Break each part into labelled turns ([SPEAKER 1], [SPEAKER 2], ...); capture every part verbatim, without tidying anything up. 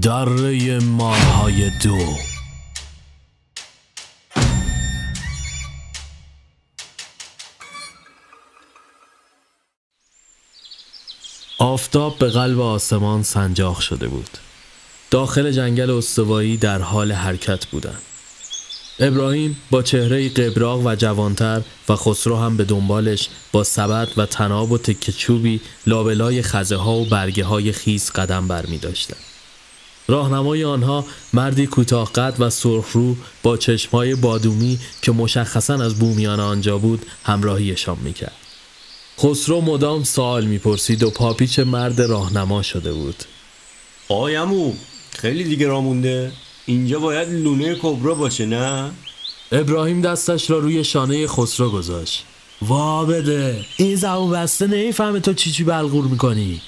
[SPEAKER 1] دره ماهای دو. آفتاب به قلب آسمان سنجاق شده بود. داخل جنگل استوایی در حال حرکت بودند. ابراهیم با چهره‌ای قبراق و جوانتر و خسرو هم به دنبالش با سبد و طناب و تکه چوبی لابلای خزه ها و برگه های خیس قدم برمی داشتن. راهنمای آنها مردی کوتاه قد و سرخرو با چشمهای بادومی که مشخصاً از بومیان آنجا بود همراهیشان میکرد. خسرو مدام سوال میپرسید و پاپیچ مرد راهنما شده بود.
[SPEAKER 2] آی عمو، خیلی دیگه راه مونده. اینجا باید لونه کبرا باشه نه؟
[SPEAKER 1] ابراهیم دستش را روی شانه خسرو گذاشت. وا بده، این زبون بسته نمیفهمه تو چی چی بلغور میکنی.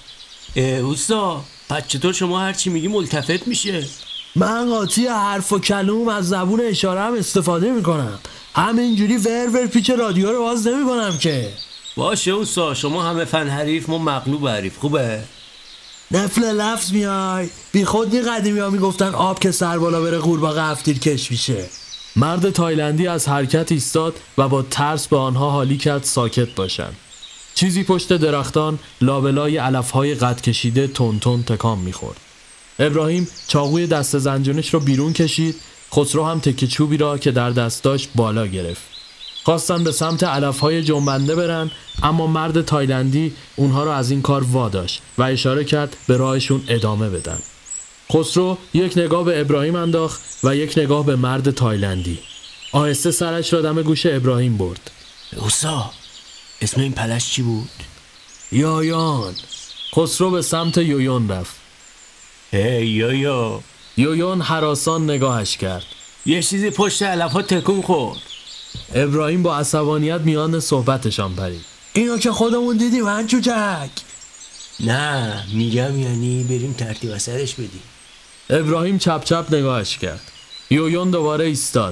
[SPEAKER 2] اوستا، پس چطور شما هر چی میگی ملتفت میشه؟
[SPEAKER 1] من قاطی حرف و کلوم از زبون اشاره هم استفاده میکنم. همینجوری ور ور پیچ رادیو رو باز نمیکنم که.
[SPEAKER 2] باشه اوستا، شما همه فن حریف، ما مغلوب حریف. خوبه؟
[SPEAKER 1] نفل لفظ میای. بی خود نی قدیمی ها میگفتن آب که سر بالا بره قورباغه هفتیر کش میشه. مرد تایلندی از حرکت ایستاد و با ترس به آنها حالی کرد ساکت باشن. چیزی پشت درختان لابلای علفهای قد کشیده تون تون تکان میخورد. ابراهیم چاقوی دست زنجونش رو بیرون کشید. خسرو هم تکه چوبی را که در دست داشت بالا گرفت. خواستن به سمت علفهای جنبنده برن، اما مرد تایلندی اونها رو از این کار واداشت و اشاره کرد به راهشون ادامه بدن. خسرو یک نگاه به ابراهیم انداخت و یک نگاه به مرد تایلندی. آهسته سرش را دم گوش ابراهیم برد.
[SPEAKER 2] اوستا، اسم این پلش چی بود؟
[SPEAKER 1] یویون. خسرو به سمت یویون رفت.
[SPEAKER 2] هی یویو.
[SPEAKER 1] یویون هراسان نگاهش کرد.
[SPEAKER 2] یه چیزی پشت علفها تکون خورد.
[SPEAKER 1] ابراهیم با عصبانیت میان صحبتشان پرید. اینو که خودمون دیدیم من چوچک.
[SPEAKER 2] نه میگم یعنی بریم ترتیب اثرش بدیم.
[SPEAKER 1] ابراهیم چپ چپ نگاهش کرد. یویون دوباره ایستاد.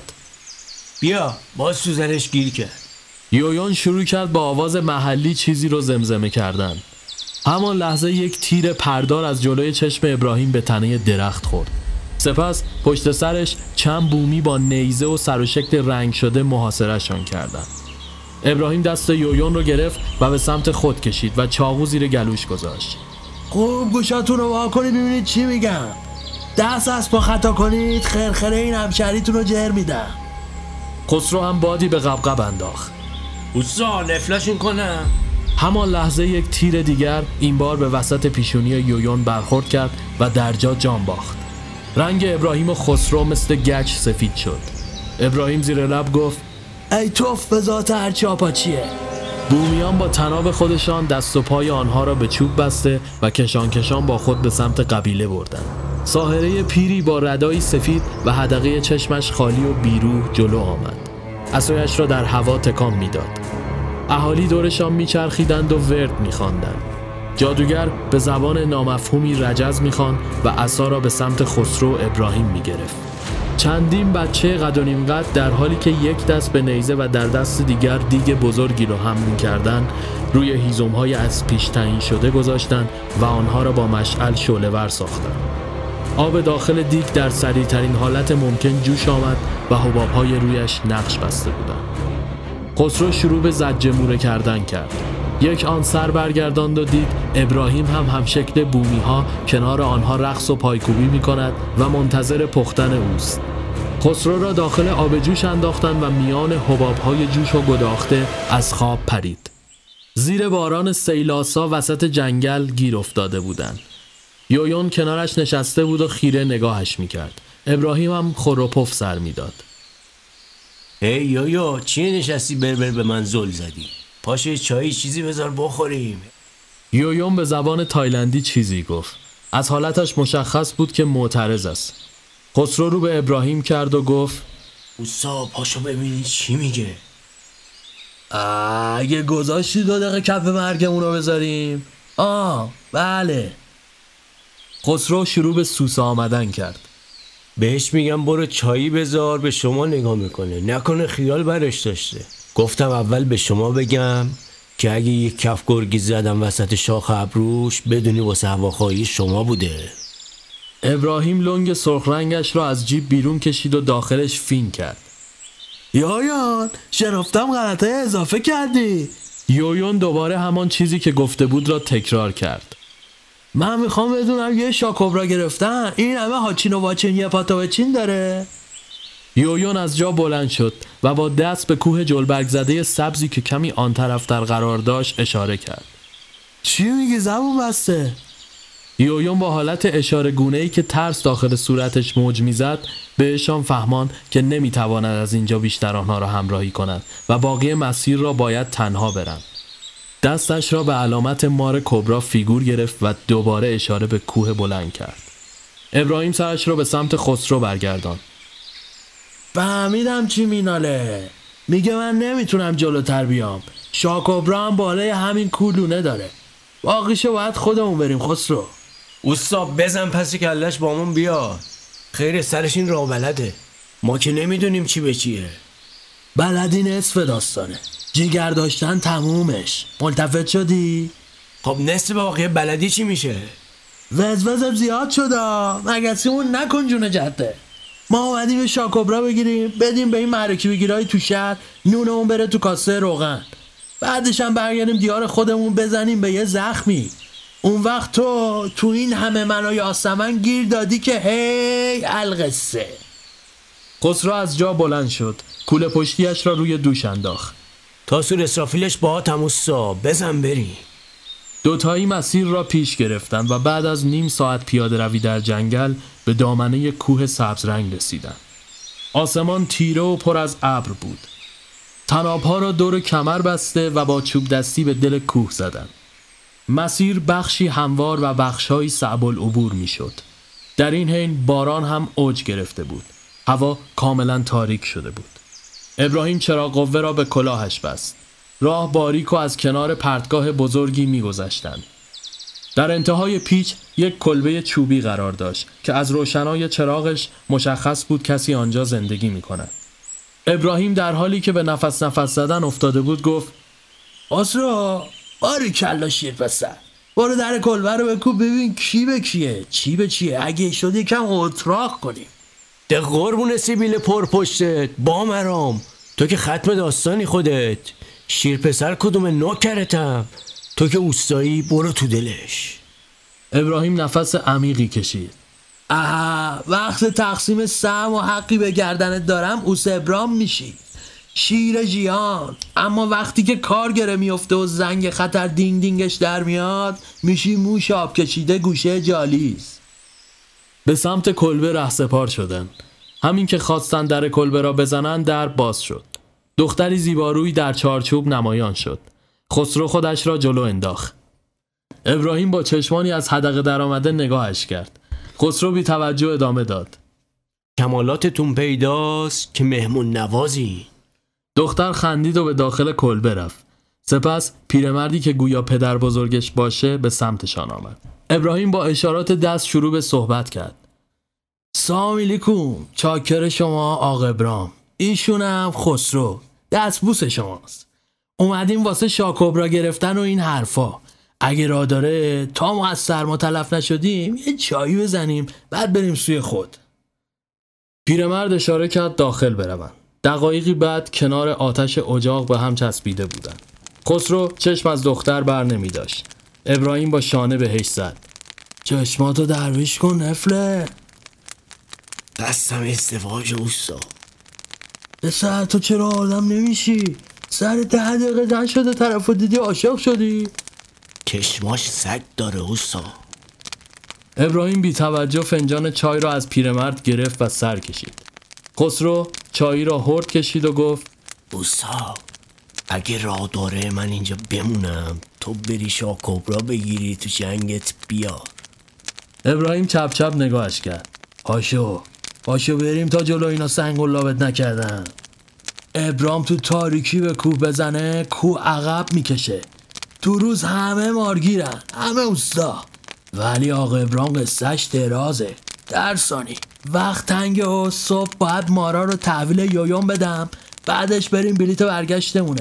[SPEAKER 2] بیا، باز سوزنش گیر کرد.
[SPEAKER 1] یویون شروع کرد با آواز محلی چیزی رو زمزمه کردن. همان لحظه یک تیر پردار از جلوی چشم ابراهیم به تنه درخت خورد. سپس پشت سرش چند بومی با نیزه و سر و شکل رنگ شده محاصره‌شان کردند. ابراهیم دست یویون رو گرفت و به سمت خود کشید و چاقو زیر گلوش گذاشت. خوب گوشاتون رو وا کنید ببینید چی میگم. دست از پا خطا کنید خرخره این همشهریتون رو جر میدم. خسرو هم بادی به قبقب انداخت.
[SPEAKER 2] اوستا، نفلشون کنم.
[SPEAKER 1] همان لحظه یک تیر دیگر این بار به وسط پیشونی یویون برخورد کرد و در جا جان باخت. رنگ ابراهیم و خسرو مثل گچ سفید شد. ابراهیم زیر لب گفت ای توف به ذات هرچی آپاچیه. بومیان با طناب خودشان دست و پای آنها را به چوب بسته و کشان کشان با خود به سمت قبیله بردند. ساحره پیری با ردایی سفید و حدقه چشمش خالی و بیروح جلو آمد. عصایش را در هوا تکان میداد. اهالی دورشان میچرخیدند و ورد میخواندند. جادوگر به زبان نامفهومی رجز میخوان و عصا را به سمت خسرو و ابراهیم میگرفت. چندین بچه قد و نیم قد در حالی که یک دست به نیزه و در دست دیگر دیگ بزرگی را حمل میکردند روی هیزم‌های از پیش تعیین شده گذاشتند و آنها را با مشعل شعله‌ور ساختند. آب داخل دیگ در سریع‌ترین حالت ممکن جوش آمد و حباب‌های رویش نقش بسته بودند. خسرو شروع به زجه موره کردن کرد. یک آن سر برگرداند و دید ابراهیم هم همشکل بومی ها کنار آنها رقص و پایکوبی می کند و منتظر پختن اوست. خسرو را داخل آب جوش انداختند و میان حباب های جوش و گداخته از خواب پرید. زیر باران سیلاسا وسط جنگل گیر افتاده بودند. یویون کنارش نشسته بود و خیره نگاهش می کرد. ابراهیم هم خور و پف سر می داد.
[SPEAKER 2] هی یویو، چیه نشستی بربر به من زل زدی؟ پاشه چایی چیزی بذار بخوریم.
[SPEAKER 1] یویون به زبان تایلندی چیزی گفت. از حالتش مشخص بود که معترض است. خسرو رو به ابراهیم کرد و گفت
[SPEAKER 2] اوستا، پاشو ببینی چی میگه.
[SPEAKER 1] اگه گذاشتی دو دقیقه کف مرگمون رو بذاریم. آه بله. خسرو شروع به سوسه آمدن کرد.
[SPEAKER 2] بهش میگم برو چایی بذار، به شما نگاه میکنه، نکنه خیال برش داشته. گفتم اول به شما بگم که اگه یک کف گرگی زدم وسط شاخ ابروش بدونی واسه هواخواهی شما بوده.
[SPEAKER 1] ابراهیم لنگ سرخ رنگش را از جیب بیرون کشید و داخلش فین کرد.
[SPEAKER 3] یویون شنفتم غلطه اضافه کردی.
[SPEAKER 1] یویون دوباره همان چیزی که گفته بود را تکرار کرد.
[SPEAKER 3] من میخوام بدونم یه شاکوبرا گرفتن این همه هاچین و واچین یه پاتاوچین داره؟
[SPEAKER 1] یویون از جا بلند شد و با دست به کوه جلبرگ زده سبزی که کمی آن طرف در قرار داشت اشاره کرد.
[SPEAKER 3] چی میگی زبون بسته؟
[SPEAKER 1] یویون با حالت اشاره گونه‌ای که ترس داخل صورتش موج میزد بهشان فهمان که نمیتواند از اینجا بیشتر آنها را همراهی کند و باقی مسیر را باید تنها برند. دستش را به علامت مار کبرا فیگور گرفت و دوباره اشاره به کوه بلند کرد. ابراهیم سرش را به سمت خسرو برگردان.
[SPEAKER 3] فهمیدم چی میناله. میگه من نمیتونم جلوتر بیام. شاکوبرا هم بالای همین کولونه داره. باقیشو باید خودمون بریم خسرو.
[SPEAKER 2] اوستا بزن پس کلش بامون بیا. خیر سرش این راه بلده. ما که نمیدونیم چی به چیه.
[SPEAKER 3] بلدی نصف داستانه. جیگر داشتن تمومش. ملتفت شدی؟
[SPEAKER 2] خب نصف باقی بلدی چی میشه؟
[SPEAKER 3] وزوزم زیاد شده. مگسیمون نکن جون جده. ما اومدیم یه شاکوبرا بگیریم بدیم به این معرکی بگیرای تو شهر نونمون بره تو کاسه روغن. بعدش هم برگردیم دیار خودمون بزنیم به یه زخمی. اون وقت تو تو این همه من و یاسمن گیر دادی که هی القصه.
[SPEAKER 1] خسرو از جا بلند شد. کوله پشتیش را روی دوش انداخت.
[SPEAKER 2] تاسور اسرافیلش با تموسا بزن بری.
[SPEAKER 1] دوتایی مسیر را پیش گرفتند و بعد از نیم ساعت پیاده روی در جنگل به دامنه کوه سبز رنگ رسیدند. آسمان تیره و پر از ابر بود. طناب‌ها را دور کمر بسته و با چوب دستی به دل کوه زدند. مسیر بخشی هموار و بخش‌هایی صعب العبور می‌شد. در این حین باران هم اوج گرفته بود. هوا کاملا تاریک شده بود. ابراهیم چراغ قوه را به کلاهش بست. راه باریک و از کنار پرتگاه بزرگی می‌گذشتند. در انتهای پیچ یک کلبه چوبی قرار داشت که از روشنای چراغش مشخص بود کسی آنجا زندگی می‌کند. ابراهیم در حالی که به نفس نفس زدن افتاده بود گفت:
[SPEAKER 3] آسرا باری کلا شیر پسر، برو در کلبه رو بکوب ببین کی به کیه چی به چیه، اگه شد یکم اتراق کنیم.
[SPEAKER 2] ده قربون سیبیل پر پشتت با مرام، تو که ختم داستانی خودت. شیر پسر کدوم نوکرتم، تو که اوستایی برو تو دلش.
[SPEAKER 1] ابراهیم نفس عمیقی کشید.
[SPEAKER 3] آها وقت تقسیم سهم و حقی به گردنت دارم اوس ابرام میشی شیر جیان، اما وقتی که کارگره میفته و زنگ خطر دینگ دینگش در میاد میشی موش آب کشیده گوشه جالیز.
[SPEAKER 1] به سمت کلبه رهسپار شدن. همین که خواستن در کلبه را بزنن در باز شد. دختری زیباروی در چارچوب نمایان شد. خسرو خودش را جلو انداخت. ابراهیم با چشمانی از حدقه در آمده نگاهش کرد. خسرو بی توجه ادامه داد:
[SPEAKER 2] کمالاتتون پیداست که مهمون نوازی.
[SPEAKER 1] دختر خندید و به داخل کلبه رفت. سپس پیرمردی که گویا پدر بزرگش باشه به سمتشان آمد. ابراهیم با اشارات دست شروع به صحبت کرد.
[SPEAKER 3] سلام علیکم، چاکر شما آقا ابرام، ایشونم خسرو، دستبوس شماست. اومدیم واسه شاکوبرا گرفتن و این حرفا. اگه راه داره تا ما از سرما تلف نشدیم یه چایی بزنیم بعد بریم سوی خود.
[SPEAKER 1] پیرمرد اشاره کرد داخل بروند. دقایقی بعد کنار آتش اجاق به هم چسبیده بودند. خسرو چشم از دختر بر نمی داشت. ابراهیم با شانه بهش زد:
[SPEAKER 3] چشماتو درویش کن نفله.
[SPEAKER 2] دستم ازدواج اوستا.
[SPEAKER 3] به سر تو چرا آدم نمیشی؟ سر ده دقیقه زن شده طرفو دیدی عاشق شدی؟
[SPEAKER 2] چشماش سگ داره اوستا.
[SPEAKER 1] ابراهیم بی توجه فنجان چای را از پیرمرد گرفت و سر کشید. خسرو چای را هرد کشید و گفت:
[SPEAKER 2] اوستا اگه راه داره من اینجا بمونم، تو بری شاکوبرا بگیری تو جنگت بیا.
[SPEAKER 1] ابراهیم چپ چپ نگاهش کرد.
[SPEAKER 3] پاشو پاشو بریم تا جلو اینا سنگ و لابت نکردن. ابرام تو تاریکی به کوه بزنه کوه عقب میکشه. تو روز همه مارگیرن، همه اوستا. ولی آقا ابرام قصهش درازه. درسانی وقت تنگه و صبح باید مارا رو تحویل یویون بدم، بعدش بریم بلیت برگشتمونه.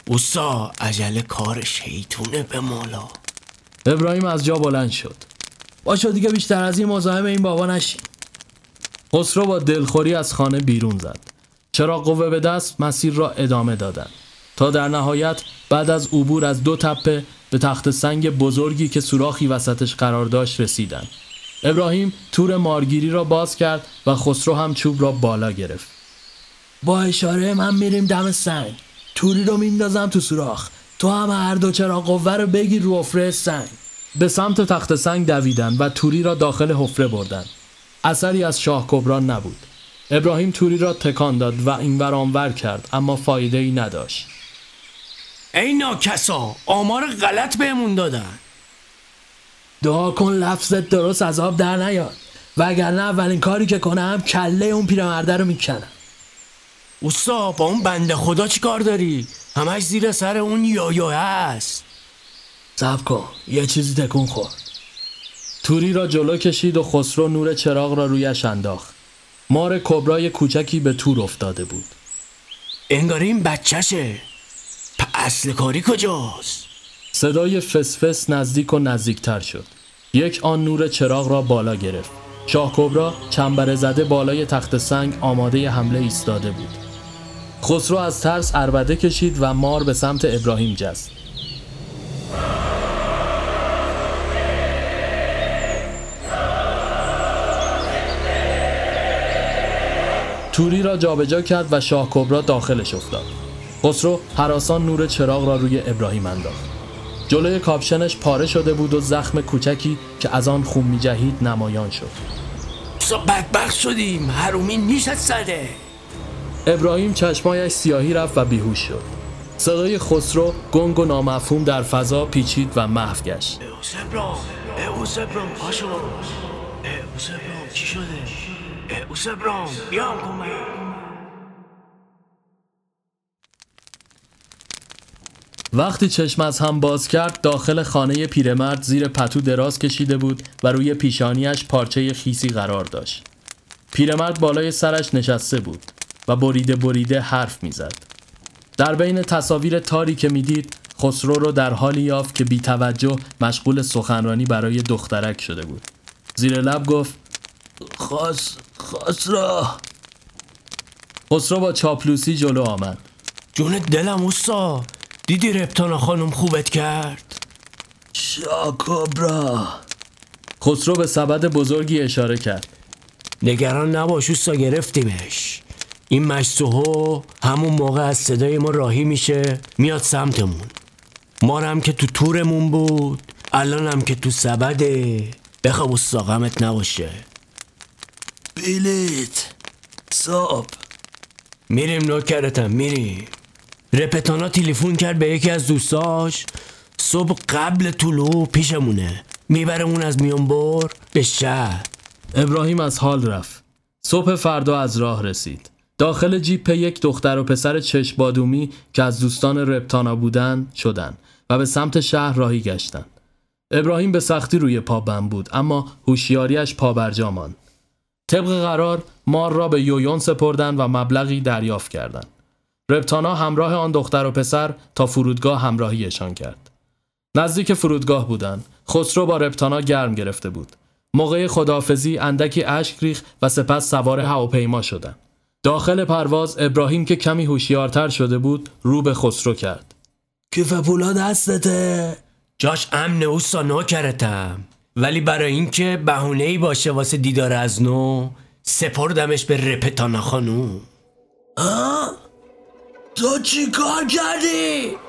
[SPEAKER 2] اوستا عجله کار شیطونه به مولا.
[SPEAKER 1] ابراهیم از جا بلند شد.
[SPEAKER 3] باشو دیگه بیشتر از این مزاحم این بابا نشین.
[SPEAKER 1] خسرو با دلخوری از خانه بیرون زد. چراغ قوه به دست مسیر را ادامه دادند تا در نهایت بعد از عبور از دو تپه به تخت سنگ بزرگی که سوراخی وسطش قرار داشت رسیدند. ابراهیم تور مارگیری را باز کرد و خسرو هم چوب را بالا گرفت.
[SPEAKER 3] با اشاره من میریم دم سنگ. توری رو میندازم تو سوراخ. تو هم هر دو چراغ قوه رو بگیر رو حفره سنگ.
[SPEAKER 1] به سمت تخت سنگ دویدند و توری را داخل حفره بردند. اثری از شاه کبرا نبود. ابراهیم توری را تکان داد و اینور آنور کرد اما فایده ای نداشت.
[SPEAKER 2] ای ناکسا، آمار غلط بهمون دادن.
[SPEAKER 3] دعا کن لفظت درست از آب در نیاد، وگرنه اولین کاری که کنم کله اون پیرمرده رو میکنم.
[SPEAKER 2] اوستا با اون بنده خدا چی کار داری؟ همش زیر سر اون یایو هست.
[SPEAKER 3] صبر کن، یه چیزی تکون خورد.
[SPEAKER 1] توری را جلو کشید و خسرو نور چراغ را رویش انداخت. مار کبرای کوچکی به تور افتاده بود.
[SPEAKER 2] انگار این بچه‌شه. پس اصل کاری کجاست؟
[SPEAKER 1] صدای فسفس نزدیک و نزدیکتر شد. یک آن نور چراغ را بالا گرفت. شاه کبرا چنبره زده بالای تخت سنگ آماده حمله ایستاده بود. خسرو از ترس عربده کشید و مار به سمت ابراهیم جست. توری را جابجا کرد و شاه کبرا داخلش افتاد. خسرو هراسان نور چراغ را روی ابراهیم انداخت. جلوی کاپشنش پاره شده بود و زخم کوچکی که از آن خون می جهید نمایان شد.
[SPEAKER 2] سا بدبخت شدیم، حرومی نیشت زده.
[SPEAKER 1] ابراهیم چشمایش سیاهی رفت و بیهوش شد. صدای خسرو گنگ و نامفهوم در فضا پیچید و محو گشت.
[SPEAKER 2] اوس ابراهیم، اوس ابراهیم پاشو. اوس ابراهیم چی شده؟ اوس ابراهیم بیام کن.
[SPEAKER 1] وقتی چشم از هم باز کرد داخل خانه پیرمرد زیر پتو دراز کشیده بود و روی پیشانیش پارچه خیسی قرار داشت. پیرمرد بالای سرش نشسته بود و بریده بریده حرف میزد. در بین تصاویر تاری که میدید خسرو رو در حالی یافت که بی توجه مشغول سخنرانی برای دخترک شده بود. زیر لب گفت
[SPEAKER 3] خس... خسرو
[SPEAKER 1] خسرو با چاپلوسی جلو آمد.
[SPEAKER 2] جون دلم اوستا، دیدی رپتانا خانم خوبت کرد؟
[SPEAKER 3] شاه کبرا.
[SPEAKER 1] خسرو به سبد بزرگی اشاره کرد.
[SPEAKER 2] نگران نباش اوستا، گرفتیمش. این مشتوهو همون موقع از صدای ما راهی میشه میاد سمتمون. مارم که تو تورمون بود، الانم که تو سبده. بخواب اوستا، غمت نباشه.
[SPEAKER 3] بیلیت صبح
[SPEAKER 2] میریم نوکرتم، میریم. رپتانا تلفن کرد به یکی از دوستاش، صبح قبل طلوع پیشمونه، میبرمون از میانبر به شهر.
[SPEAKER 1] ابراهیم از حال رفت. صبح فردا از راه رسید. داخل جیپ یک دختر و پسر چشم بادومی که از دوستان رپتانا بودن شدن و به سمت شهر راهی گشتند. ابراهیم به سختی روی پا بند بود اما هوشیاریش پابرجا ماند. طبق قرار مار را به یویون سپردند و مبلغی دریافت کردند. رپتانا همراه آن دختر و پسر تا فرودگاه همراهیشان کرد. نزدیک فرودگاه بودند. خسرو با رپتانا گرم گرفته بود. موقع خداحافظی اندکی اشک ریخت و سپس سوار هواپیما شدند. داخل پرواز ابراهیم که کمی هوشیارتر شده بود رو به خسرو کرد.
[SPEAKER 3] کیف پولا دستته؟
[SPEAKER 2] جاش امن اوستا، نوکرتم. ولی برای اینکه بهونه‌ای باشه واسه دیدار از نو سپردمش به رپتانا خانوم.
[SPEAKER 3] ها؟ تو چی کار کردی؟